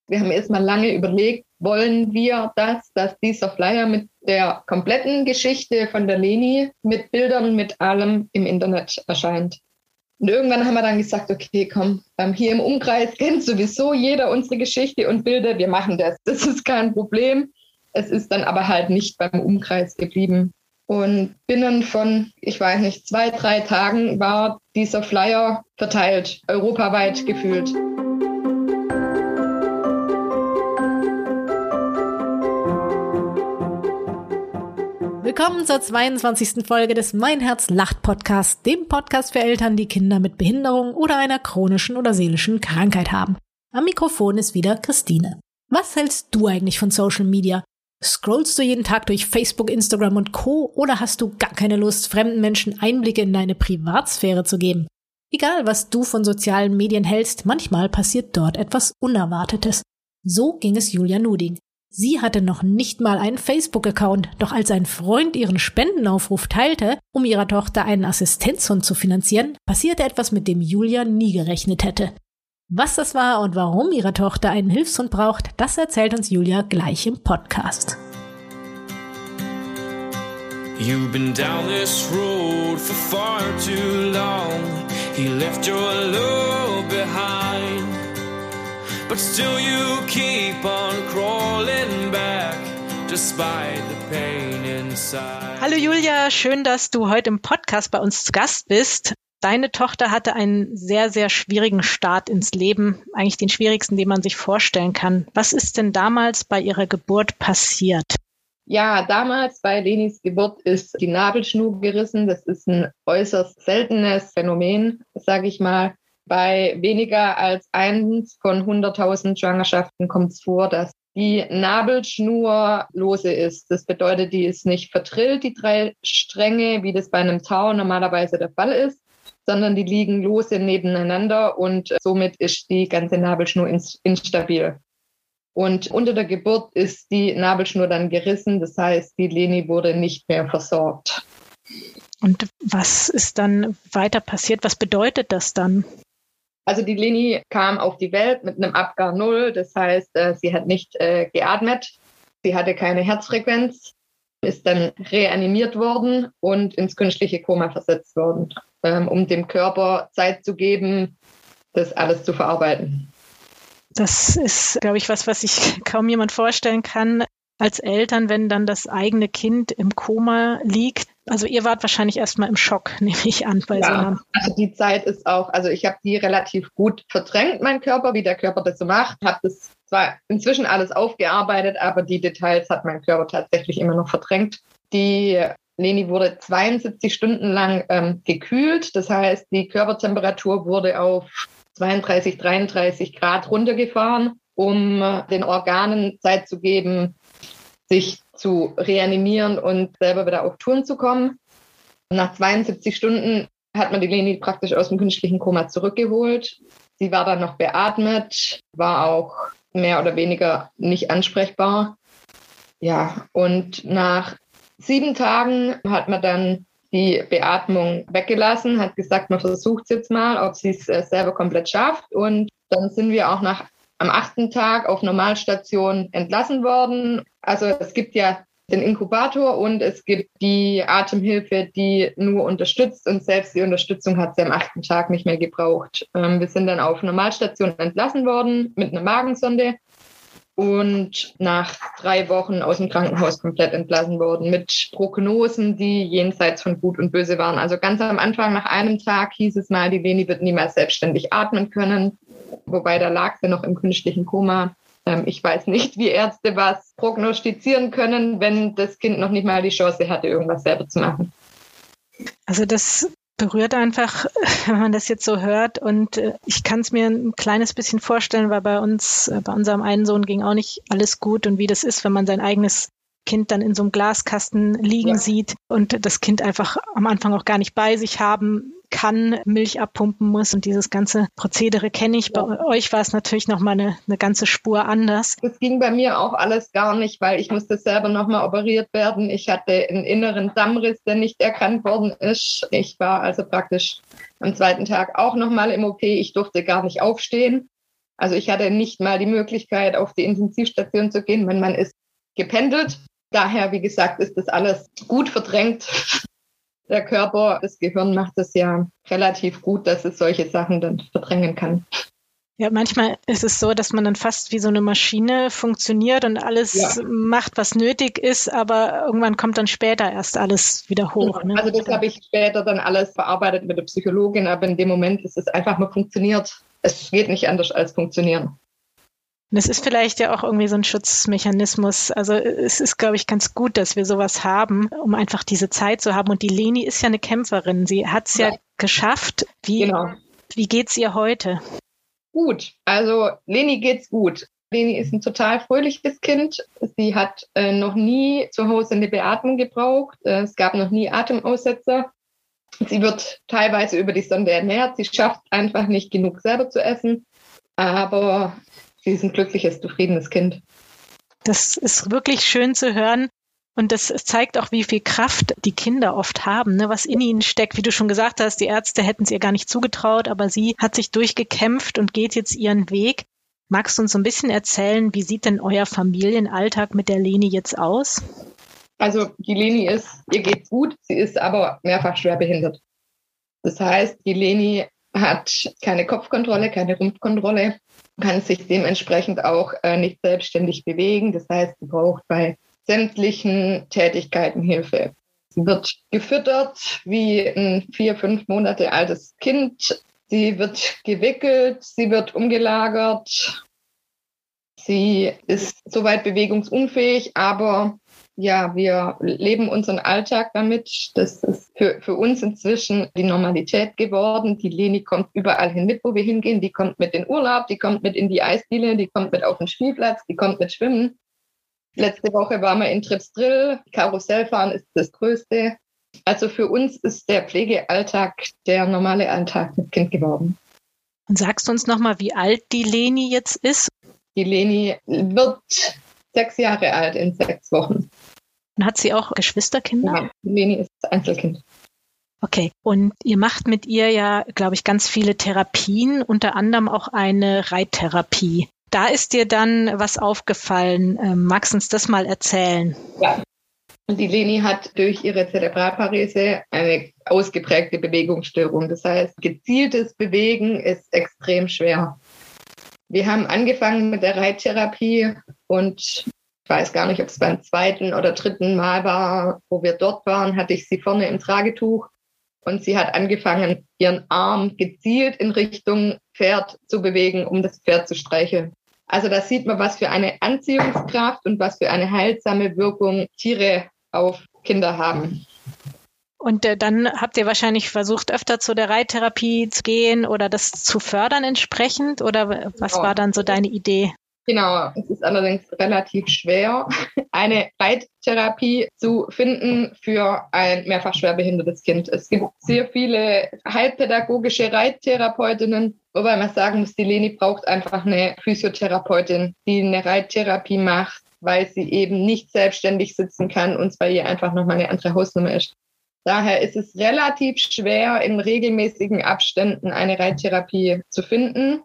Wir haben erstmal lange überlegt, wollen wir das, dass dieser Flyer mit der kompletten Geschichte von der Leni, mit Bildern, mit allem im Internet erscheint. Und irgendwann haben wir dann gesagt, okay, komm, hier im Umkreis kennt sowieso jeder unsere Geschichte und Bilder, wir machen das. Das ist kein Problem. Es ist dann aber halt nicht beim Umkreis geblieben. Und binnen von, 2, 3 Tagen war dieser Flyer verteilt, europaweit gefühlt. Willkommen zur 22. Folge des Mein Herz lacht Podcast, dem Podcast für Eltern, die Kinder mit Behinderung oder einer chronischen oder seelischen Krankheit haben. Am Mikrofon ist wieder Christine. Was hältst du eigentlich von Social Media? Scrollst du jeden Tag durch Facebook, Instagram und Co. oder hast du gar keine Lust, fremden Menschen Einblicke in deine Privatsphäre zu geben? Egal, was du von sozialen Medien hältst, manchmal passiert dort etwas Unerwartetes. So ging es Julia Nuding. Sie hatte noch nicht mal einen Facebook-Account, doch als ein Freund ihren Spendenaufruf teilte, um ihrer Tochter einen Assistenzhund zu finanzieren, passierte etwas, mit dem Julia nie gerechnet hätte. Was das war und warum ihre Tochter einen Hilfshund braucht, das erzählt uns Julia gleich im Podcast. You've been down this road for far too long. He left your love behind. But still you keep on crawling back, despite the pain inside. Hallo Julia, schön, dass du heute im Podcast bei uns zu Gast bist. Deine Tochter hatte einen sehr, sehr schwierigen Start ins Leben, eigentlich den schwierigsten, den man sich vorstellen kann. Was ist denn damals bei ihrer Geburt passiert? Ja, damals bei Lenis Geburt ist die Nabelschnur gerissen. Das ist ein äußerst seltenes Phänomen, sage ich mal. Bei weniger als 1 von 100.000 Schwangerschaften kommt es vor, dass die Nabelschnur lose ist. Das bedeutet, die ist nicht verdrillt, die 3 Stränge, wie das bei einem Tau normalerweise der Fall ist, sondern die liegen lose nebeneinander und somit ist die ganze Nabelschnur instabil. Und unter der Geburt ist die Nabelschnur dann gerissen, das heißt, die Leni wurde nicht mehr versorgt. Und was ist dann weiter passiert? Was bedeutet das dann? Also die Leni kam auf die Welt mit einem Apgar 0, das heißt, sie hat nicht geatmet, sie hatte keine Herzfrequenz, ist dann reanimiert worden und ins künstliche Koma versetzt worden, um dem Körper Zeit zu geben, das alles zu verarbeiten. Das ist, glaube ich, was sich kaum jemand vorstellen kann als Eltern, wenn dann das eigene Kind im Koma liegt. Also ihr wart wahrscheinlich erstmal im Schock, nehme ich an. Also die Zeit ist auch, also ich habe die relativ gut verdrängt, mein Körper, wie der Körper das so macht. Habe das zwar inzwischen alles aufgearbeitet, aber die Details hat mein Körper tatsächlich immer noch verdrängt. Die Leni wurde 72 Stunden lang gekühlt. Das heißt, die Körpertemperatur wurde auf 32, 33 Grad runtergefahren, um den Organen Zeit zu geben, sich zu reanimieren und selber wieder auf Touren zu kommen. Nach 72 Stunden hat man die Leni praktisch aus dem künstlichen Koma zurückgeholt. Sie war dann noch beatmet, war auch mehr oder weniger nicht ansprechbar. Ja, und nach 7 Tagen hat man dann die Beatmung weggelassen, hat gesagt, man versucht es jetzt mal, ob sie es selber komplett schafft. Und dann sind wir auch am 8. Tag auf Normalstation entlassen worden. Also es gibt ja den Inkubator und es gibt die Atemhilfe, die nur unterstützt. Und selbst die Unterstützung hat sie am 8. Tag nicht mehr gebraucht. Wir sind dann auf Normalstation entlassen worden mit einer Magensonde. Und nach 3 Wochen aus dem Krankenhaus komplett entlassen worden mit Prognosen, die jenseits von Gut und Böse waren. Also ganz am Anfang, nach einem Tag, hieß es mal, die Leni wird niemals selbstständig atmen können. Wobei, da lag sie noch im künstlichen Koma. Ich weiß nicht, wie Ärzte was prognostizieren können, wenn das Kind noch nicht mal die Chance hatte, irgendwas selber zu machen. Also das berührt einfach, wenn man das jetzt so hört. Und ich kann es mir ein kleines bisschen vorstellen, weil bei unserem einen Sohn ging auch nicht alles gut. Und wie das ist, wenn man sein eigenes Kind dann in so einem Glaskasten liegen sieht und das Kind einfach am Anfang auch gar nicht bei sich haben kann, Milch abpumpen muss und dieses ganze Prozedere kenne ich. Bei euch war es natürlich nochmal eine ganze Spur anders. Das ging bei mir auch alles gar nicht, weil ich musste selber nochmal operiert werden. Ich hatte einen inneren Dammriss, der nicht erkannt worden ist. Ich war also praktisch am 2. Tag auch nochmal im OP. Ich durfte gar nicht aufstehen. Also ich hatte nicht mal die Möglichkeit, auf die Intensivstation zu gehen. Mein Mann ist gependelt. Daher, wie gesagt, ist das alles gut verdrängt. Der Körper, das Gehirn macht es ja relativ gut, dass es solche Sachen dann verdrängen kann. Ja, manchmal ist es so, dass man dann fast wie so eine Maschine funktioniert und alles macht, was nötig ist, aber irgendwann kommt dann später erst alles wieder hoch. Genau. Ne? Also das habe ich später dann alles verarbeitet mit der Psychologin, aber in dem Moment ist es einfach, man funktioniert. Es geht nicht anders als funktionieren. Und es ist vielleicht ja auch irgendwie so ein Schutzmechanismus. Also es ist, glaube ich, ganz gut, dass wir sowas haben, um einfach diese Zeit zu haben. Und die Leni ist ja eine Kämpferin. Sie hat es ja geschafft. Wie geht's ihr heute? Gut, also Leni geht's gut. Leni ist ein total fröhliches Kind. Sie hat noch nie zu Hause eine Beatmung gebraucht. Es gab noch nie Atemaussetzer. Sie wird teilweise über die Sonde ernährt. Sie schafft einfach nicht genug selber zu essen. Aber sie ist ein glückliches, zufriedenes Kind. Das ist wirklich schön zu hören. Und das zeigt auch, wie viel Kraft die Kinder oft haben, ne, was in ihnen steckt. Wie du schon gesagt hast, die Ärzte hätten es ihr gar nicht zugetraut, aber sie hat sich durchgekämpft und geht jetzt ihren Weg. Magst du uns so ein bisschen erzählen, wie sieht denn euer Familienalltag mit der Leni jetzt aus? Also die Leni ihr geht's gut, sie ist aber mehrfach schwerbehindert. Das heißt, die Leni hat keine Kopfkontrolle, keine Rumpfkontrolle, kann sich dementsprechend auch nicht selbstständig bewegen. Das heißt, sie braucht bei sämtlichen Tätigkeiten Hilfe. Sie wird gefüttert wie ein 4-5 Monate altes Kind. Sie wird gewickelt, sie wird umgelagert. Sie ist soweit bewegungsunfähig, aber ja, wir leben unseren Alltag damit. Das ist für uns inzwischen die Normalität geworden. Die Leni kommt überall hin mit, wo wir hingehen. Die kommt mit in Urlaub, die kommt mit in die Eisdiele, die kommt mit auf den Spielplatz, die kommt mit schwimmen. Letzte Woche waren wir in Tripsdrill. Karussellfahren ist das Größte. Also für uns ist der Pflegealltag der normale Alltag mit Kind geworden. Und sagst du uns nochmal, wie alt die Leni jetzt ist? Die Leni wird 6 Jahre alt in 6 Wochen. Und hat sie auch Geschwisterkinder? Nein, Leni ist Einzelkind. Okay, und ihr macht mit ihr ja, glaube ich, ganz viele Therapien, unter anderem auch eine Reittherapie. Da ist dir dann was aufgefallen. Magst du uns das mal erzählen? Ja. Die Leni hat durch ihre Zerebralparese eine ausgeprägte Bewegungsstörung. Das heißt, gezieltes Bewegen ist extrem schwer. Wir haben angefangen mit der Reittherapie und ich weiß gar nicht, ob es beim 2. oder 3. Mal war, wo wir dort waren, hatte ich sie vorne im Tragetuch und sie hat angefangen, ihren Arm gezielt in Richtung Pferd zu bewegen, um das Pferd zu streicheln. Also da sieht man, was für eine Anziehungskraft und was für eine heilsame Wirkung Tiere auf Kinder haben. Und dann habt ihr wahrscheinlich versucht, öfter zu der Reittherapie zu gehen oder das zu fördern entsprechend? Oder was war dann so deine Idee? Genau, es ist allerdings relativ schwer, eine Reittherapie zu finden für ein mehrfach schwerbehindertes Kind. Es gibt sehr viele heilpädagogische Reittherapeutinnen, wobei man sagen muss, die Leni braucht einfach eine Physiotherapeutin, die eine Reittherapie macht, weil sie eben nicht selbstständig sitzen kann und weil ihr einfach nochmal eine andere Hausnummer ist. Daher ist es relativ schwer, in regelmäßigen Abständen eine Reittherapie zu finden.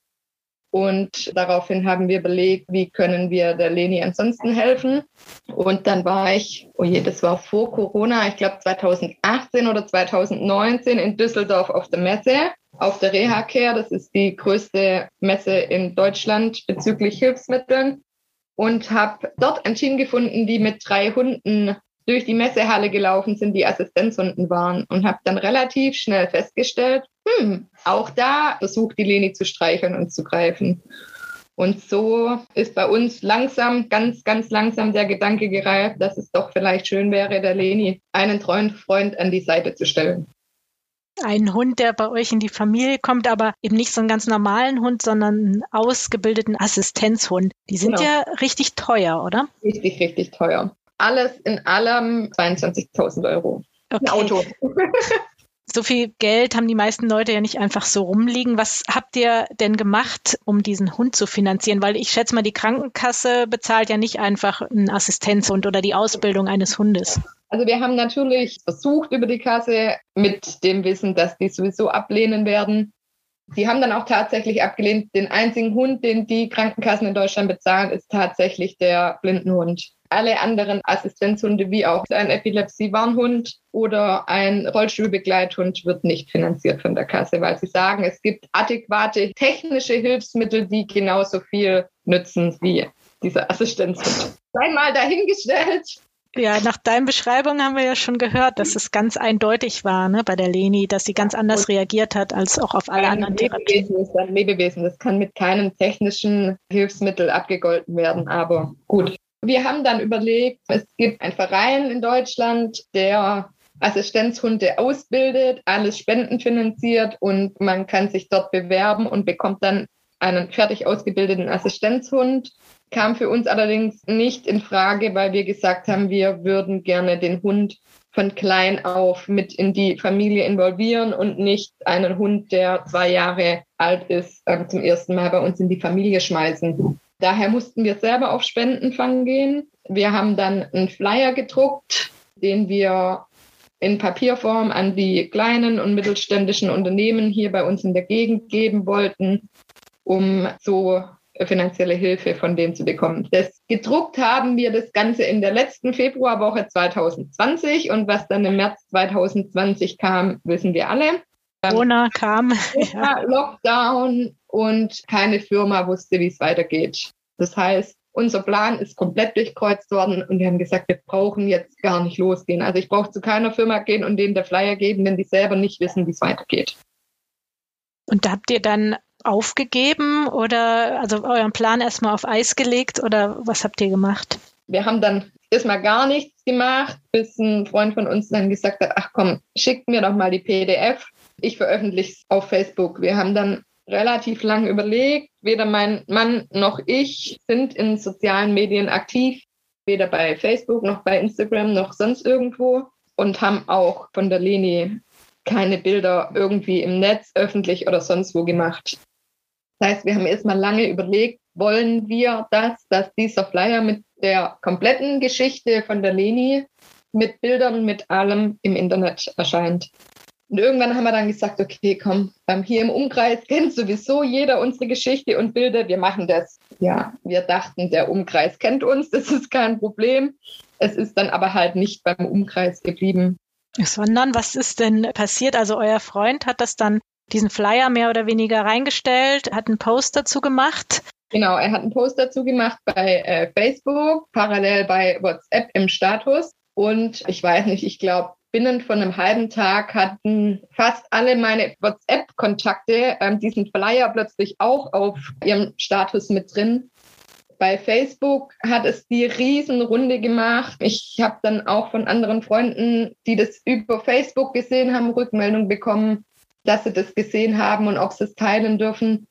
Und daraufhin haben wir überlegt, wie können wir der Leni ansonsten helfen. Und dann war ich, das war vor Corona, ich glaube 2018 oder 2019 in Düsseldorf auf der Messe, auf der Reha-Care. Das ist die größte Messe in Deutschland bezüglich Hilfsmitteln. Und habe dort ein Team gefunden, die mit 3 Hunden durch die Messehalle gelaufen sind, die Assistenzhunden waren. Und habe dann relativ schnell festgestellt, auch da versucht die Leni zu streicheln und zu greifen. Und so ist bei uns langsam, ganz, ganz langsam der Gedanke gereift, dass es doch vielleicht schön wäre, der Leni einen treuen Freund an die Seite zu stellen. Ein Hund, der bei euch in die Familie kommt, aber eben nicht so einen ganz normalen Hund, sondern einen ausgebildeten Assistenzhund. Die sind ja richtig teuer, oder? Richtig, richtig teuer. Alles in allem 22.000 Euro. Okay. Ein Auto. So viel Geld haben die meisten Leute ja nicht einfach so rumliegen. Was habt ihr denn gemacht, um diesen Hund zu finanzieren? Weil ich schätze mal, die Krankenkasse bezahlt ja nicht einfach einen Assistenzhund oder die Ausbildung eines Hundes. Also wir haben natürlich versucht über die Kasse mit dem Wissen, dass die sowieso ablehnen werden. Die haben dann auch tatsächlich abgelehnt. Den einzigen Hund, den die Krankenkassen in Deutschland bezahlen, ist tatsächlich der Blindenhund. Alle anderen Assistenzhunde, wie auch ein Epilepsie-Warnhund oder ein Rollstuhlbegleithund, wird nicht finanziert von der Kasse, weil sie sagen, es gibt adäquate technische Hilfsmittel, die genauso viel nützen wie dieser Assistenzhund. Einmal dahingestellt. Ja, nach deinen Beschreibungen haben wir ja schon gehört, dass es ganz eindeutig war, ne, bei der Leni, dass sie ganz anders reagiert hat als auch auf alle anderen Therapien. Lebewesen ist ein Lebewesen. Das kann mit keinem technischen Hilfsmittel abgegolten werden. Aber gut. Wir haben dann überlegt, es gibt einen Verein in Deutschland, der Assistenzhunde ausbildet, alles spendenfinanziert und man kann sich dort bewerben und bekommt dann einen fertig ausgebildeten Assistenzhund. Kam für uns allerdings nicht in Frage, weil wir gesagt haben, wir würden gerne den Hund von klein auf mit in die Familie involvieren und nicht einen Hund, der 2 Jahre alt ist, zum ersten Mal bei uns in die Familie schmeißen. Daher mussten wir selber auf Spendenfang gehen. Wir haben dann einen Flyer gedruckt, den wir in Papierform an die kleinen und mittelständischen Unternehmen hier bei uns in der Gegend geben wollten, um so finanzielle Hilfe von denen zu bekommen. Gedruckt haben wir das Ganze in der letzten Februarwoche 2020 und was dann im März 2020 kam, wissen wir alle. Corona kam. Ja, Lockdown und keine Firma wusste, wie es weitergeht. Das heißt, unser Plan ist komplett durchkreuzt worden und wir haben gesagt, wir brauchen jetzt gar nicht losgehen. Also ich brauche zu keiner Firma gehen und denen der Flyer geben, wenn die selber nicht wissen, wie es weitergeht. Und habt ihr dann aufgegeben oder also euren Plan erstmal auf Eis gelegt oder was habt ihr gemacht? Wir haben dann erstmal gar nichts gemacht, bis ein Freund von uns dann gesagt hat, ach komm, schickt mir doch mal die PDF. Ich veröffentliche es auf Facebook. Wir haben dann relativ lang überlegt. Weder mein Mann noch ich sind in sozialen Medien aktiv, weder bei Facebook noch bei Instagram noch sonst irgendwo und haben auch von der Leni keine Bilder irgendwie im Netz, öffentlich oder sonst wo gemacht. Das heißt, wir haben erstmal lange überlegt, wollen wir dass dieser Flyer mit der kompletten Geschichte von der Leni mit Bildern, mit allem im Internet erscheint. Und irgendwann haben wir dann gesagt, okay, komm, hier im Umkreis kennt sowieso jeder unsere Geschichte und Bilder, wir machen das. Ja, wir dachten, der Umkreis kennt uns, das ist kein Problem. Es ist dann aber halt nicht beim Umkreis geblieben. Sondern, was ist denn passiert? Also euer Freund hat das dann, diesen Flyer mehr oder weniger reingestellt, hat einen Post dazu gemacht. Genau, er hat einen Post dazu gemacht bei Facebook, parallel bei WhatsApp im Status. Und ich weiß nicht, ich glaube, binnen von einem halben Tag hatten fast alle meine WhatsApp-Kontakte diesen Flyer plötzlich auch auf ihrem Status mit drin. Bei Facebook hat es die Riesenrunde gemacht. Ich habe dann auch von anderen Freunden, die das über Facebook gesehen haben, Rückmeldung bekommen, dass sie das gesehen haben und ob sie es teilen dürfen.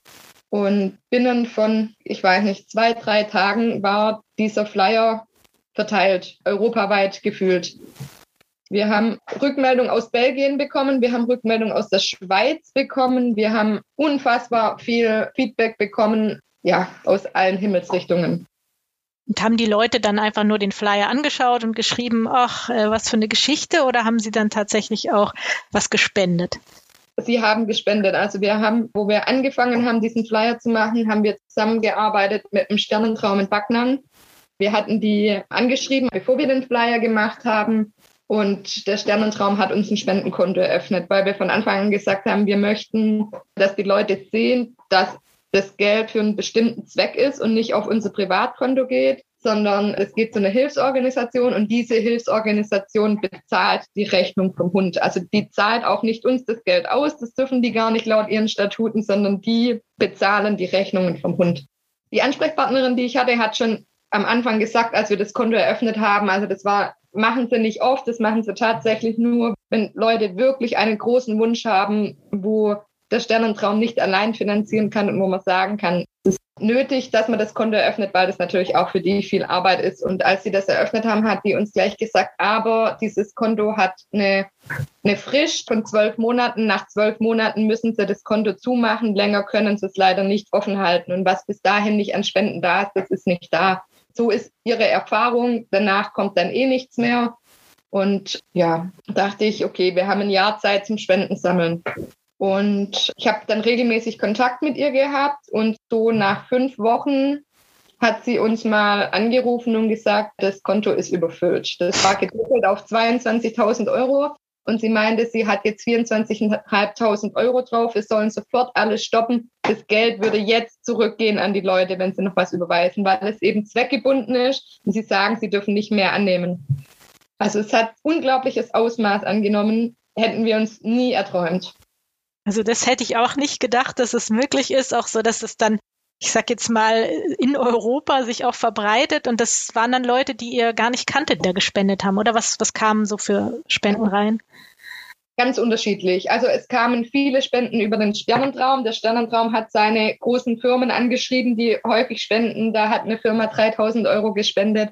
Und binnen von, ich weiß nicht, 2-3 Tagen war dieser Flyer verteilt, europaweit gefühlt. Wir haben Rückmeldung aus Belgien bekommen, wir haben Rückmeldung aus der Schweiz bekommen, wir haben unfassbar viel Feedback bekommen, ja, aus allen Himmelsrichtungen. Und haben die Leute dann einfach nur den Flyer angeschaut und geschrieben, ach, was für eine Geschichte, oder haben sie dann tatsächlich auch was gespendet? Sie haben gespendet. Also wir haben, wo wir angefangen haben, diesen Flyer zu machen, haben wir zusammengearbeitet mit dem Sternentraum in Backnang. Wir hatten die angeschrieben, bevor wir den Flyer gemacht haben. Und der Sternentraum hat uns ein Spendenkonto eröffnet, weil wir von Anfang an gesagt haben, wir möchten, dass die Leute sehen, dass das Geld für einen bestimmten Zweck ist und nicht auf unser Privatkonto geht, sondern es geht zu einer Hilfsorganisation und diese Hilfsorganisation bezahlt die Rechnung vom Hund. Also die zahlt auch nicht uns das Geld aus, das dürfen die gar nicht laut ihren Statuten, sondern die bezahlen die Rechnungen vom Hund. Die Ansprechpartnerin, die ich hatte, hat schon am Anfang gesagt, als wir das Konto eröffnet haben, also machen sie nicht oft, das machen sie tatsächlich nur, wenn Leute wirklich einen großen Wunsch haben, wo der Sternentraum nicht allein finanzieren kann und wo man sagen kann, es ist nötig, dass man das Konto eröffnet, weil das natürlich auch für die viel Arbeit ist. Und als sie das eröffnet haben, hat die uns gleich gesagt, aber dieses Konto hat eine Frist von 12 Monaten. Nach 12 Monaten müssen sie das Konto zumachen. Länger können sie es leider nicht offen halten. Und was bis dahin nicht an Spenden da ist, das ist nicht da. So ist ihre Erfahrung. Danach kommt dann eh nichts mehr. Und ja, dachte ich, okay, wir haben ein Jahr Zeit zum Spenden sammeln. Und ich habe dann regelmäßig Kontakt mit ihr gehabt und so nach 5 Wochen hat sie uns mal angerufen und gesagt, das Konto ist überfüllt. Das war gedeckelt auf 22.000 Euro und sie meinte, sie hat jetzt 24.500 Euro drauf. Wir sollen sofort alles stoppen. Das Geld würde jetzt zurückgehen an die Leute, wenn sie noch was überweisen, weil es eben zweckgebunden ist und sie sagen, sie dürfen nicht mehr annehmen. Also es hat unglaubliches Ausmaß angenommen, hätten wir uns nie erträumt. Also das hätte ich auch nicht gedacht, dass es möglich ist, auch so, dass es dann, ich sag jetzt mal, in Europa sich auch verbreitet und das waren dann Leute, die ihr gar nicht kanntet, die da gespendet haben, oder was kamen so für Spenden rein? Ganz unterschiedlich. Also es kamen viele Spenden über den Sternentraum. Der Sternentraum hat seine großen Firmen angeschrieben, die häufig spenden. Da hat eine Firma 3.000 Euro gespendet.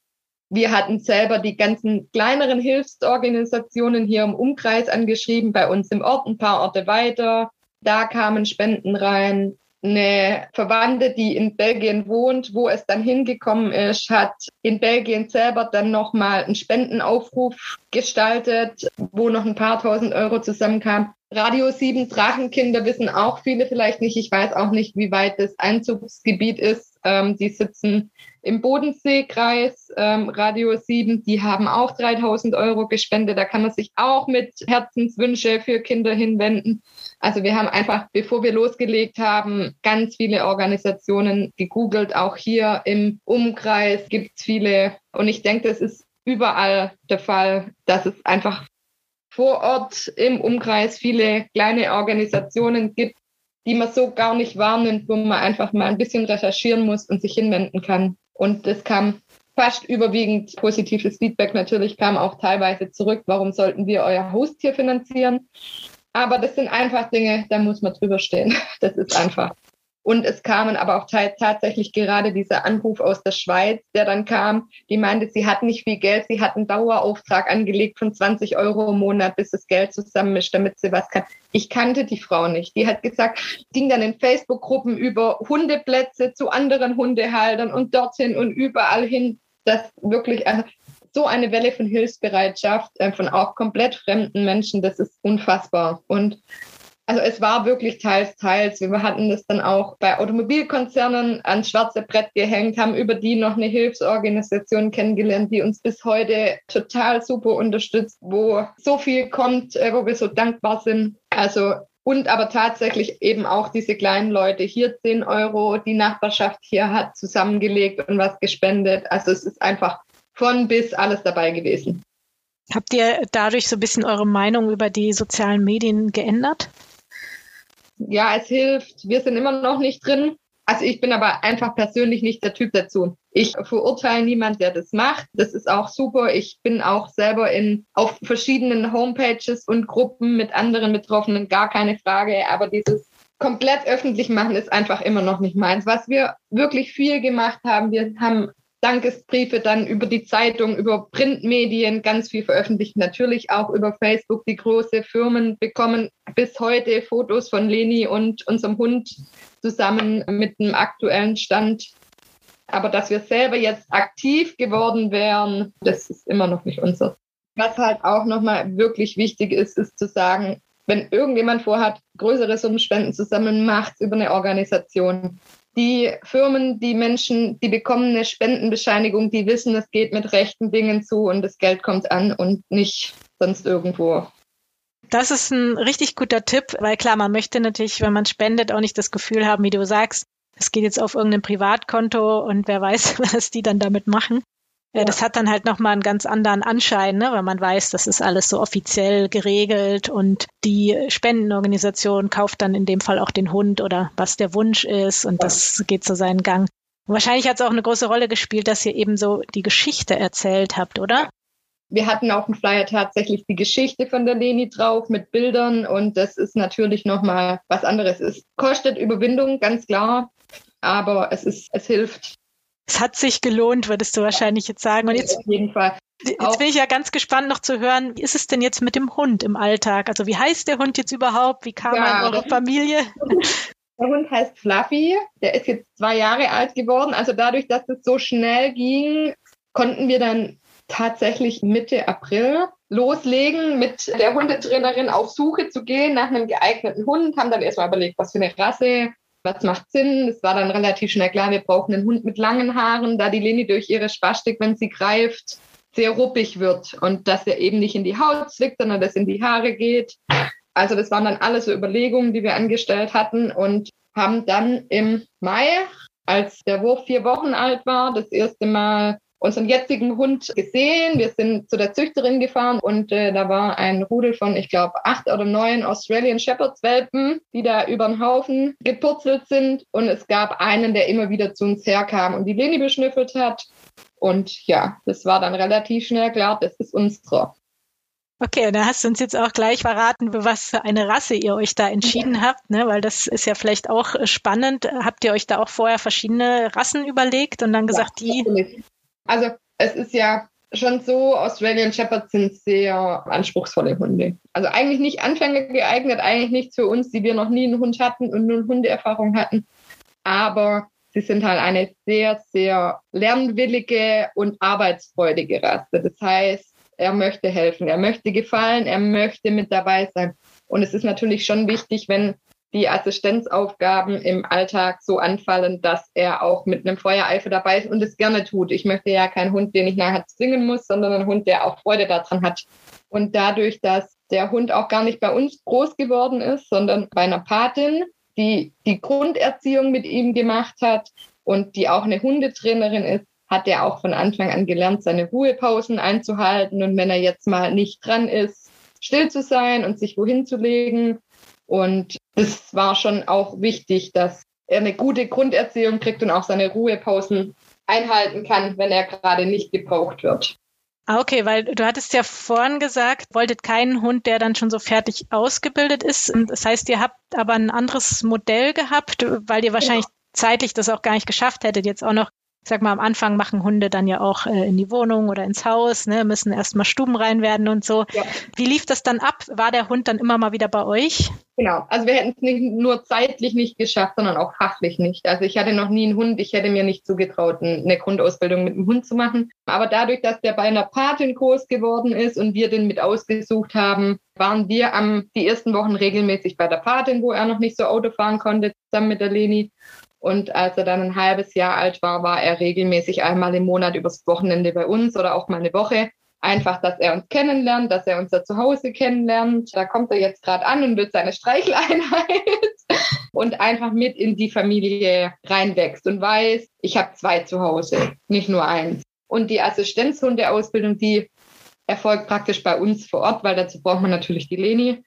Wir hatten selber die ganzen kleineren Hilfsorganisationen hier im Umkreis angeschrieben, bei uns im Ort, ein paar Orte weiter. Da kamen Spenden rein. Eine Verwandte, die in Belgien wohnt, wo es dann hingekommen ist, hat in Belgien selber dann nochmal einen Spendenaufruf gestaltet, wo noch ein paar tausend Euro zusammenkamen. Radio 7 Drachenkinder wissen auch viele vielleicht nicht. Ich weiß auch nicht, wie weit das Einzugsgebiet ist. Die sitzen im Bodenseekreis, Radio 7, die haben auch 3.000 Euro gespendet. Da kann man sich auch mit Herzenswünsche für Kinder hinwenden. Also wir haben einfach, bevor wir losgelegt haben, ganz viele Organisationen gegoogelt. Auch hier im Umkreis gibt es viele. Und ich denke, das ist überall der Fall, dass es einfach vor Ort im Umkreis viele kleine Organisationen gibt, die man so gar nicht wahrnimmt, wo man einfach mal ein bisschen recherchieren muss und sich hinwenden kann. Und das kam fast überwiegend positives Feedback. Natürlich kam auch teilweise zurück, warum sollten wir euer Haustier finanzieren? Aber das sind einfach Dinge, da muss man drüber stehen. Das ist einfach. Und es kamen aber auch tatsächlich gerade dieser Anruf aus der Schweiz, der dann kam, die meinte, sie hat nicht viel Geld, sie hat einen Dauerauftrag angelegt von 20 Euro im Monat, bis das Geld zusammen ist, damit sie was kann. Ich kannte die Frau nicht. Die hat gesagt, ging dann in Facebook-Gruppen über Hundeplätze zu anderen Hundehaltern und dorthin und überall hin, dass wirklich so eine Welle von Hilfsbereitschaft von auch komplett fremden Menschen, das ist unfassbar. Und also es war wirklich teils. Wir hatten das dann auch bei Automobilkonzernen ans schwarze Brett gehängt, haben über die noch eine Hilfsorganisation kennengelernt, die uns bis heute total super unterstützt, wo so viel kommt, wo wir so dankbar sind. Also und aber tatsächlich eben auch diese kleinen Leute, hier 10 Euro, die Nachbarschaft hier hat zusammengelegt und was gespendet. Also es ist einfach von bis alles dabei gewesen. Habt ihr dadurch so ein bisschen eure Meinung über die sozialen Medien geändert? Ja, es hilft. Wir sind immer noch nicht drin. Also ich bin aber einfach persönlich nicht der Typ dazu. Ich verurteile niemanden, der das macht. Das ist auch super. Ich bin auch selber auf verschiedenen Homepages und Gruppen mit anderen Betroffenen, gar keine Frage. Aber dieses komplett öffentlich machen ist einfach immer noch nicht meins. Was wir wirklich viel gemacht haben, wir haben Dankesbriefe dann über die Zeitung, über Printmedien ganz viel veröffentlicht, natürlich auch über Facebook. Die große Firmen bekommen bis heute Fotos von Leni und unserem Hund zusammen mit dem aktuellen Stand. Aber dass wir selber jetzt aktiv geworden wären, das ist immer noch nicht unser. Was halt auch nochmal wirklich wichtig ist, ist zu sagen, wenn irgendjemand vorhat, größere Summen Spenden zu sammeln, macht's über eine Organisation. Die Firmen, die Menschen, die bekommen eine Spendenbescheinigung, die wissen, es geht mit rechten Dingen zu und das Geld kommt an und nicht sonst irgendwo. Das ist ein richtig guter Tipp, weil klar, man möchte natürlich, wenn man spendet, auch nicht das Gefühl haben, wie du sagst, es geht jetzt auf irgendein Privatkonto und wer weiß, was die dann damit machen. Ja. Das hat dann halt nochmal einen ganz anderen Anschein, ne? Weil man weiß, das ist alles so offiziell geregelt und die Spendenorganisation kauft dann in dem Fall auch den Hund oder was der Wunsch ist und das geht so seinen Gang. Und wahrscheinlich hat es auch eine große Rolle gespielt, dass ihr eben so die Geschichte erzählt habt, oder? Wir hatten auf dem Flyer tatsächlich die Geschichte von der Leni drauf mit Bildern und das ist natürlich nochmal was anderes. Es kostet Überwindung, ganz klar, aber es hilft. Es hat sich gelohnt, würdest du wahrscheinlich jetzt sagen. Und jetzt, auf jeden Fall. Jetzt bin ich ja ganz gespannt noch zu hören, wie ist es denn jetzt mit dem Hund im Alltag? Also wie heißt der Hund jetzt überhaupt? Wie kam er in eure Familie? Der Hund heißt Fluffy. Der ist jetzt 2 Jahre alt geworden. Also dadurch, dass es so schnell ging, konnten wir dann tatsächlich Mitte April loslegen, mit der Hundetrainerin auf Suche zu gehen nach einem geeigneten Hund, haben dann erstmal überlegt, was für eine Rasse, was macht Sinn. Es war dann relativ schnell klar, wir brauchen einen Hund mit langen Haaren, da die Leni durch ihre Spastik, wenn sie greift, sehr ruppig wird und dass er eben nicht in die Haut zwickt, sondern dass in die Haare geht. Also das waren dann alles so Überlegungen, die wir angestellt hatten und haben dann im Mai, als der Wurf 4 Wochen alt war, das erste Mal unseren jetzigen Hund gesehen. Wir sind zu der Züchterin gefahren und da war ein Rudel von, ich glaube, 8 oder 9 Australian Shepherds Welpen, die da über den Haufen gepurzelt sind. Und es gab einen, der immer wieder zu uns herkam und die Leni beschnüffelt hat. Und ja, das war dann relativ schnell klar, das ist unserer. Okay, da hast du uns jetzt auch gleich verraten, für was für eine Rasse ihr euch da entschieden habt, ne? Weil das ist ja vielleicht auch spannend. Habt ihr euch da auch vorher verschiedene Rassen überlegt und dann gesagt, ja, die... Also es ist ja schon so, Australian Shepherds sind sehr anspruchsvolle Hunde. Also eigentlich nicht Anfänger geeignet, eigentlich nicht für uns, die wir noch nie einen Hund hatten und nur Hundeerfahrung hatten. Aber sie sind halt eine sehr, sehr lernwillige und arbeitsfreudige Rasse. Das heißt, er möchte helfen, er möchte gefallen, er möchte mit dabei sein. Und es ist natürlich schon wichtig, wenn die Assistenzaufgaben im Alltag so anfallen, dass er auch mit einem Feuereifer dabei ist und es gerne tut. Ich möchte ja keinen Hund, den ich nachher zwingen muss, sondern einen Hund, der auch Freude daran hat. Und dadurch, dass der Hund auch gar nicht bei uns groß geworden ist, sondern bei einer Patin, die die Grunderziehung mit ihm gemacht hat und die auch eine Hundetrainerin ist, hat er auch von Anfang an gelernt, seine Ruhepausen einzuhalten und wenn er jetzt mal nicht dran ist, still zu sein und sich wohin zu legen. Und es war schon auch wichtig, dass er eine gute Grunderziehung kriegt und auch seine Ruhepausen einhalten kann, wenn er gerade nicht gebraucht wird. Okay, weil du hattest ja vorhin gesagt, wolltet keinen Hund, der dann schon so fertig ausgebildet ist. Das heißt, ihr habt aber ein anderes Modell gehabt, weil ihr wahrscheinlich zeitlich das auch gar nicht geschafft hättet, jetzt auch noch, ich sag mal, am Anfang machen Hunde dann ja auch in die Wohnung oder ins Haus, ne, müssen erstmal stubenrein werden und so. Ja. Wie lief das dann ab? War der Hund dann immer mal wieder bei euch? Genau, also wir hätten es nicht nur zeitlich nicht geschafft, sondern auch fachlich nicht. Also ich hatte noch nie einen Hund, ich hätte mir nicht zugetraut, eine Grundausbildung mit einem Hund zu machen. Aber dadurch, dass der bei einer Patin groß geworden ist und wir den mit ausgesucht haben, waren wir die ersten Wochen regelmäßig bei der Patin, wo er noch nicht so Auto fahren konnte, zusammen mit der Leni. Und als er dann ein halbes Jahr alt war, war er regelmäßig einmal im Monat übers Wochenende bei uns oder auch mal eine Woche. Einfach, dass er uns kennenlernt, dass er unser Zuhause kennenlernt. Da kommt er jetzt gerade an und wird seine Streicheleinheit und einfach mit in die Familie reinwächst und weiß, ich habe 2 zu Hause, nicht nur 1. Und die Assistenzhundeausbildung, die erfolgt praktisch bei uns vor Ort, weil dazu braucht man natürlich die Leni.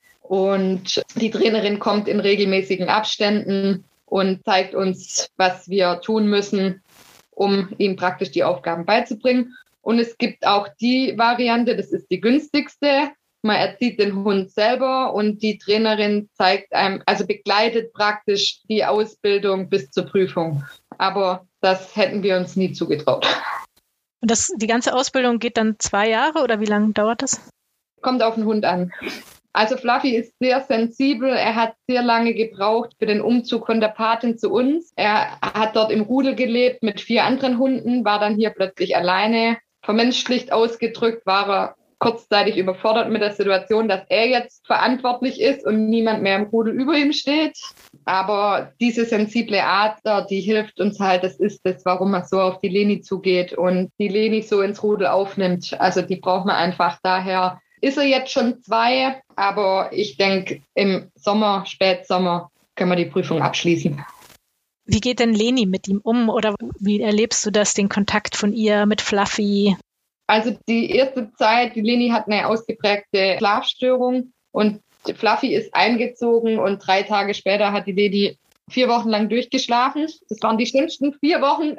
Und die Trainerin kommt in regelmäßigen Abständen und zeigt uns, was wir tun müssen, um ihm praktisch die Aufgaben beizubringen. Und es gibt auch die Variante, das ist die günstigste. Man erzieht den Hund selber und die Trainerin zeigt einem, also begleitet praktisch die Ausbildung bis zur Prüfung. Aber das hätten wir uns nie zugetraut. Und die ganze Ausbildung geht dann 2 Jahre oder wie lange dauert das? Kommt auf den Hund an. Also Fluffy ist sehr sensibel. Er hat sehr lange gebraucht für den Umzug von der Patin zu uns. Er hat dort im Rudel gelebt mit 4 anderen Hunden, war dann hier plötzlich alleine. Vermenschlicht ausgedrückt war er kurzzeitig überfordert mit der Situation, dass er jetzt verantwortlich ist und niemand mehr im Rudel über ihm steht. Aber diese sensible Art, die hilft uns halt. Das ist das, warum er so auf die Leni zugeht und die Leni so ins Rudel aufnimmt. Also die braucht man einfach daher. Ist er jetzt schon 2, aber ich denke, im Sommer, Spätsommer können wir die Prüfung abschließen. Wie geht denn Leni mit ihm um oder wie erlebst du das, den Kontakt von ihr mit Fluffy? Also die erste Zeit, die Leni hat eine ausgeprägte Schlafstörung und Fluffy ist eingezogen und 3 Tage später hat die Leni 4 Wochen lang durchgeschlafen. Das waren die schlimmsten 4 Wochen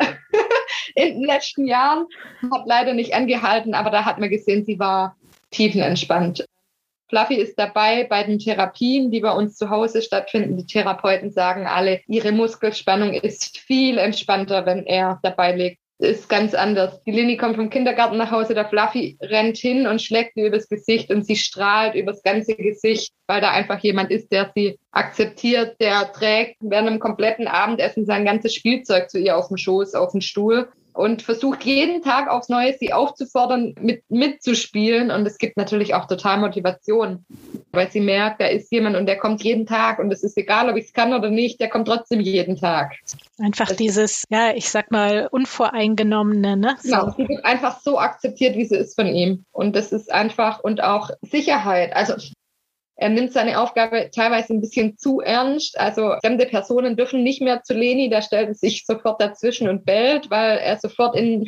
in den letzten Jahren. Hat leider nicht angehalten, aber da hat man gesehen, sie war tiefenentspannt. Fluffy ist dabei bei den Therapien, die bei uns zu Hause stattfinden. Die Therapeuten sagen alle, ihre Muskelspannung ist viel entspannter, wenn er dabei liegt. Ist ganz anders. Die Leni kommt vom Kindergarten nach Hause, der Fluffy rennt hin und schlägt ihr übers Gesicht und sie strahlt übers ganze Gesicht, weil da einfach jemand ist, der sie akzeptiert, der trägt während einem kompletten Abendessen sein ganzes Spielzeug zu ihr auf dem Schoß, auf dem Stuhl. und versucht jeden Tag aufs Neue, sie aufzufordern, mitzuspielen. Und es gibt natürlich auch total Motivation, weil sie merkt, da ist jemand und der kommt jeden Tag und es ist egal, ob ich es kann oder nicht, der kommt trotzdem jeden Tag. Einfach dieses, ja, ich sag mal, Unvoreingenommene, ne? So. Genau, sie wird einfach so akzeptiert, wie sie ist von ihm. Und das ist einfach, und auch Sicherheit. Also er nimmt seine Aufgabe teilweise ein bisschen zu ernst. Also fremde Personen dürfen nicht mehr zu Leni, da stellt er sich sofort dazwischen und bellt, weil er sofort in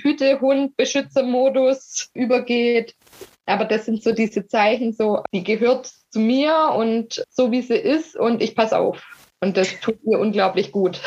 Hüte-Hund-Beschützer-Modus übergeht. Aber das sind so diese Zeichen, so, die gehört zu mir und so wie sie ist und ich passe auf. Und das tut mir unglaublich gut.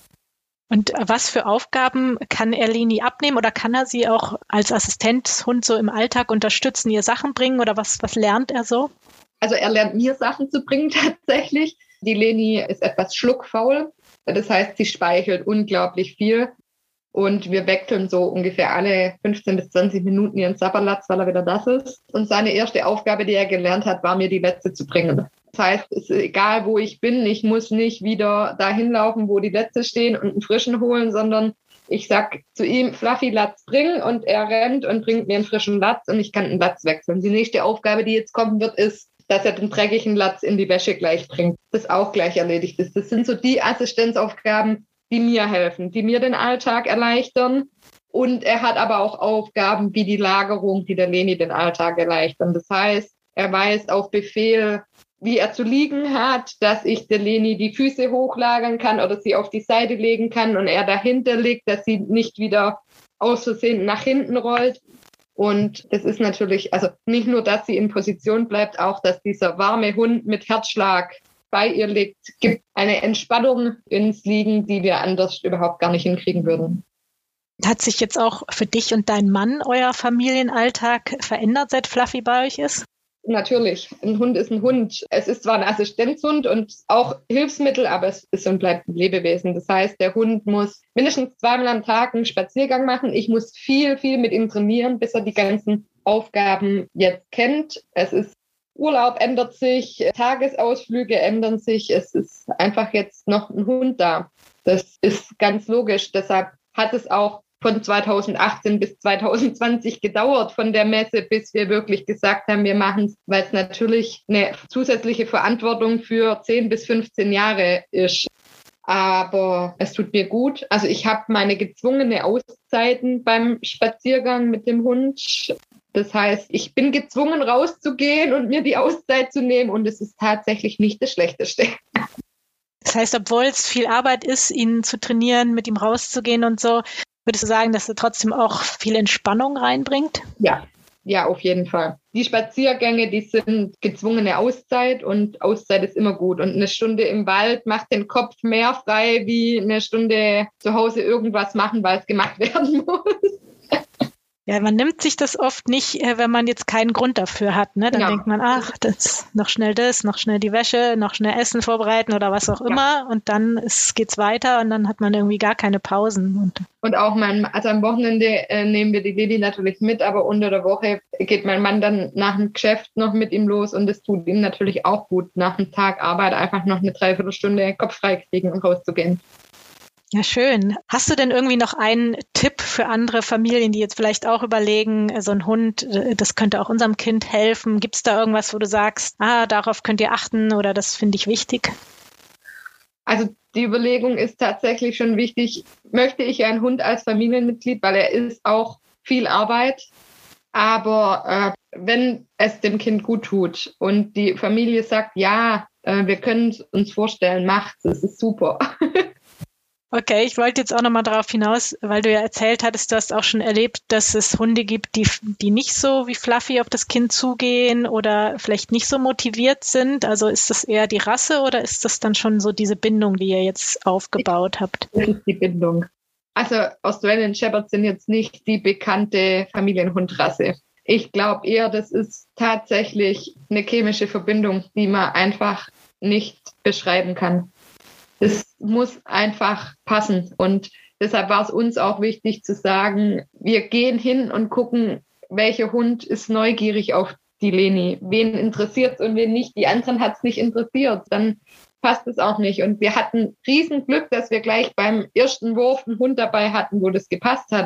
Und was für Aufgaben kann er Leni abnehmen oder kann er sie auch als Assistenzhund so im Alltag unterstützen, ihr Sachen bringen oder was lernt er so? Also er lernt mir Sachen zu bringen tatsächlich. Die Leni ist etwas schluckfaul. Das heißt, sie speichelt unglaublich viel. Und wir wechseln so ungefähr alle 15 bis 20 Minuten ihren Sapperlatz, weil er wieder das ist. Und seine erste Aufgabe, die er gelernt hat, war mir die Lätze zu bringen. Das heißt, es ist egal, wo ich bin, ich muss nicht wieder dahin laufen, wo die Lätze stehen und einen frischen holen, sondern ich sag zu ihm, Fluffy, Latz bringen, und er rennt und bringt mir einen frischen Latz und ich kann einen Latz wechseln. Die nächste Aufgabe, die jetzt kommen wird, ist, dass er den dreckigen Latz in die Wäsche gleich bringt, das auch gleich erledigt ist. Das sind so die Assistenzaufgaben, die mir helfen, die mir den Alltag erleichtern. Und er hat aber auch Aufgaben wie die Lagerung, die der Leni den Alltag erleichtern. Das heißt, er weiß auf Befehl, wie er zu liegen hat, dass ich der Leni die Füße hochlagern kann oder sie auf die Seite legen kann und er dahinter liegt, dass sie nicht wieder aus Versehen nach hinten rollt. Und das ist natürlich, also nicht nur, dass sie in Position bleibt, auch, dass dieser warme Hund mit Herzschlag bei ihr liegt, gibt eine Entspannung ins Liegen, die wir anders überhaupt gar nicht hinkriegen würden. Hat sich jetzt auch für dich und deinen Mann euer Familienalltag verändert, seit Fluffy bei euch ist? Natürlich, ein Hund ist ein Hund. Es ist zwar ein Assistenzhund und auch Hilfsmittel, aber es ist und bleibt ein Lebewesen. Das heißt, der Hund muss mindestens 2-mal am Tag einen Spaziergang machen. Ich muss viel mit ihm trainieren, bis er die ganzen Aufgaben jetzt kennt. Es ist Urlaub ändert sich, Tagesausflüge ändern sich. Es ist einfach jetzt noch ein Hund da. Das ist ganz logisch. Deshalb hat es auch von 2018 bis 2020 gedauert von der Messe, bis wir wirklich gesagt haben, wir machen es, weil es natürlich eine zusätzliche Verantwortung für 10 bis 15 Jahre ist. Aber es tut mir gut. Also ich habe meine gezwungene Auszeiten beim Spaziergang mit dem Hund. Das heißt, ich bin gezwungen, rauszugehen und mir die Auszeit zu nehmen. Und es ist tatsächlich nicht das Schlechteste. Das heißt, obwohl es viel Arbeit ist, ihn zu trainieren, mit ihm rauszugehen und so, würdest du sagen, dass er trotzdem auch viel Entspannung reinbringt? Ja, auf jeden Fall. Die Spaziergänge, die sind gezwungene Auszeit und Auszeit ist immer gut. Und eine Stunde im Wald macht den Kopf mehr frei, wie eine Stunde zu Hause irgendwas machen, weil es gemacht werden muss. Ja, man nimmt sich das oft nicht, wenn man jetzt keinen Grund dafür hat. Ne? Dann denkt man, ach, noch schnell die Wäsche, noch schnell Essen vorbereiten oder was auch immer. Und dann geht's weiter und dann hat man irgendwie gar keine Pausen. Und auch also am Wochenende nehmen wir die Lili natürlich mit, aber unter der Woche geht mein Mann dann nach dem Geschäft noch mit ihm los und es tut ihm natürlich auch gut, nach einem Tag Arbeit einfach noch eine Dreiviertelstunde Kopf frei kriegen und rauszugehen. Ja, schön. Hast du denn irgendwie noch einen Tipp für andere Familien, die jetzt vielleicht auch überlegen, so ein Hund, das könnte auch unserem Kind helfen? Gibt es da irgendwas, wo du sagst, darauf könnt ihr achten oder das finde ich wichtig? Also die Überlegung ist tatsächlich schon wichtig, möchte ich einen Hund als Familienmitglied, weil er ist auch viel Arbeit. Aber wenn es dem Kind gut tut und die Familie sagt, ja, wir können es uns vorstellen, macht's, es ist super. Okay, ich wollte jetzt auch nochmal darauf hinaus, weil du ja erzählt hattest, du hast auch schon erlebt, dass es Hunde gibt, die nicht so wie Fluffy auf das Kind zugehen oder vielleicht nicht so motiviert sind. Also ist das eher die Rasse oder ist das dann schon so diese Bindung, die ihr jetzt aufgebaut habt? Das ist die Bindung. Also Australian Shepherds sind jetzt nicht die bekannte Familienhundrasse. Ich glaube eher, das ist tatsächlich eine chemische Verbindung, die man einfach nicht beschreiben kann. Das muss einfach passen. Und deshalb war es uns auch wichtig zu sagen, wir gehen hin und gucken, welcher Hund ist neugierig auf die Leni. Wen interessiert es und wen nicht. Die anderen hat es nicht interessiert. Dann passt es auch nicht. Und wir hatten Riesenglück, dass wir gleich beim ersten Wurf einen Hund dabei hatten, wo das gepasst hat.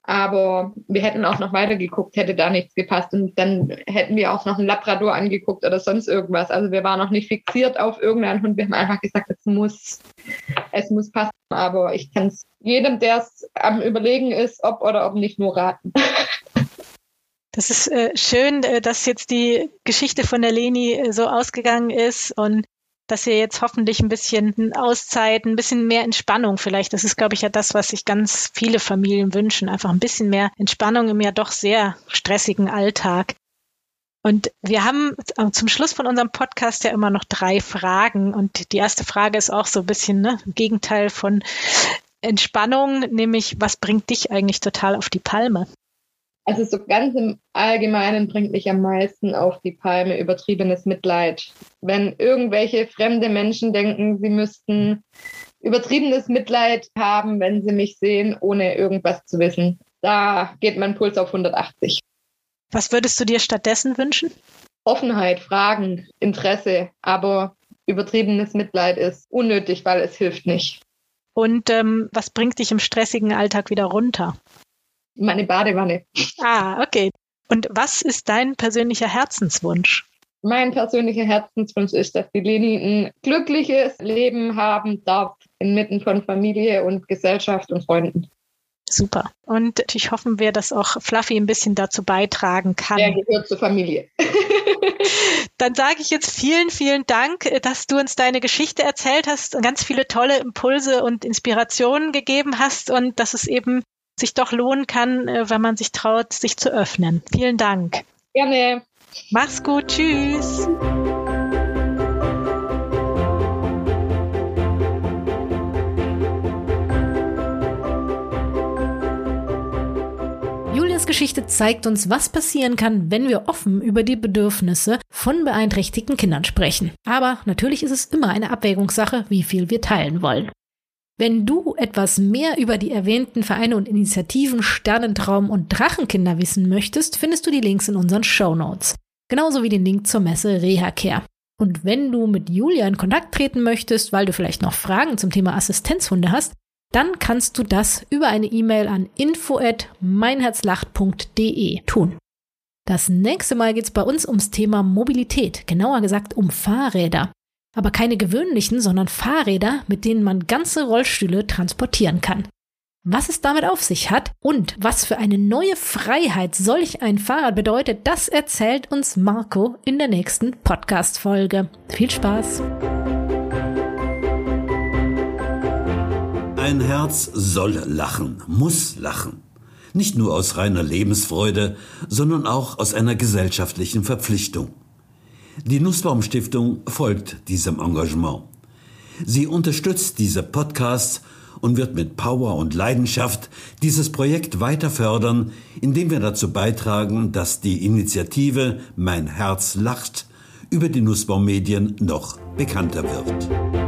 Aber wir hätten auch noch weitergeguckt, hätte da nichts gepasst. Und dann hätten wir auch noch einen Labrador angeguckt oder sonst irgendwas. Also wir waren noch nicht fixiert auf irgendeinen Hund. Wir haben einfach gesagt, es muss passen. Aber ich kann es jedem, der es am Überlegen ist, ob oder ob nicht, nur raten. Das ist schön, dass jetzt die Geschichte von der Leni so ausgegangen ist und dass ihr jetzt hoffentlich ein bisschen Auszeit, ein bisschen mehr Entspannung vielleicht. Das ist, glaube ich, ja das, was sich ganz viele Familien wünschen. Einfach ein bisschen mehr Entspannung im ja doch sehr stressigen Alltag. Und wir haben zum Schluss von unserem Podcast ja immer noch 3 Fragen. Und die erste Frage ist auch so ein bisschen im Gegenteil von Entspannung, nämlich was bringt dich eigentlich total auf die Palme? Also so ganz im Allgemeinen bringt mich am meisten auf die Palme übertriebenes Mitleid. Wenn irgendwelche fremde Menschen denken, sie müssten übertriebenes Mitleid haben, wenn sie mich sehen, ohne irgendwas zu wissen, da geht mein Puls auf 180. Was würdest du dir stattdessen wünschen? Offenheit, Fragen, Interesse, aber übertriebenes Mitleid ist unnötig, weil es hilft nicht. Und was bringt dich im stressigen Alltag wieder runter? Meine Badewanne. Ah, okay. Und was ist dein persönlicher Herzenswunsch? Mein persönlicher Herzenswunsch ist, dass die Leni ein glückliches Leben haben darf, inmitten von Familie und Gesellschaft und Freunden. Super. Und natürlich hoffen wir, dass auch Fluffy ein bisschen dazu beitragen kann. Er gehört zur Familie. Dann sage ich jetzt vielen, vielen Dank, dass du uns deine Geschichte erzählt hast und ganz viele tolle Impulse und Inspirationen gegeben hast und dass es eben sich doch lohnen kann, wenn man sich traut, sich zu öffnen. Vielen Dank. Gerne. Mach's gut. Tschüss. Julias Geschichte zeigt uns, was passieren kann, wenn wir offen über die Bedürfnisse von beeinträchtigten Kindern sprechen. Aber natürlich ist es immer eine Abwägungssache, wie viel wir teilen wollen. Wenn du etwas mehr über die erwähnten Vereine und Initiativen Sternentraum und Drachenkinder wissen möchtest, findest du die Links in unseren Shownotes. Genauso wie den Link zur Messe RehaCare. Und wenn du mit Julia in Kontakt treten möchtest, weil du vielleicht noch Fragen zum Thema Assistenzhunde hast, dann kannst du das über eine E-Mail an info@meinherzlacht.de tun. Das nächste Mal geht es bei uns ums Thema Mobilität, genauer gesagt um Fahrräder. Aber keine gewöhnlichen, sondern Fahrräder, mit denen man ganze Rollstühle transportieren kann. Was es damit auf sich hat und was für eine neue Freiheit solch ein Fahrrad bedeutet, das erzählt uns Marco in der nächsten Podcast-Folge. Viel Spaß! Ein Herz soll lachen, muss lachen. Nicht nur aus reiner Lebensfreude, sondern auch aus einer gesellschaftlichen Verpflichtung. Die Nussbaum-Stiftung folgt diesem Engagement. Sie unterstützt diese Podcasts und wird mit Power und Leidenschaft dieses Projekt weiter fördern, indem wir dazu beitragen, dass die Initiative Mein Herz lacht über die Nussbaum Medien noch bekannter wird.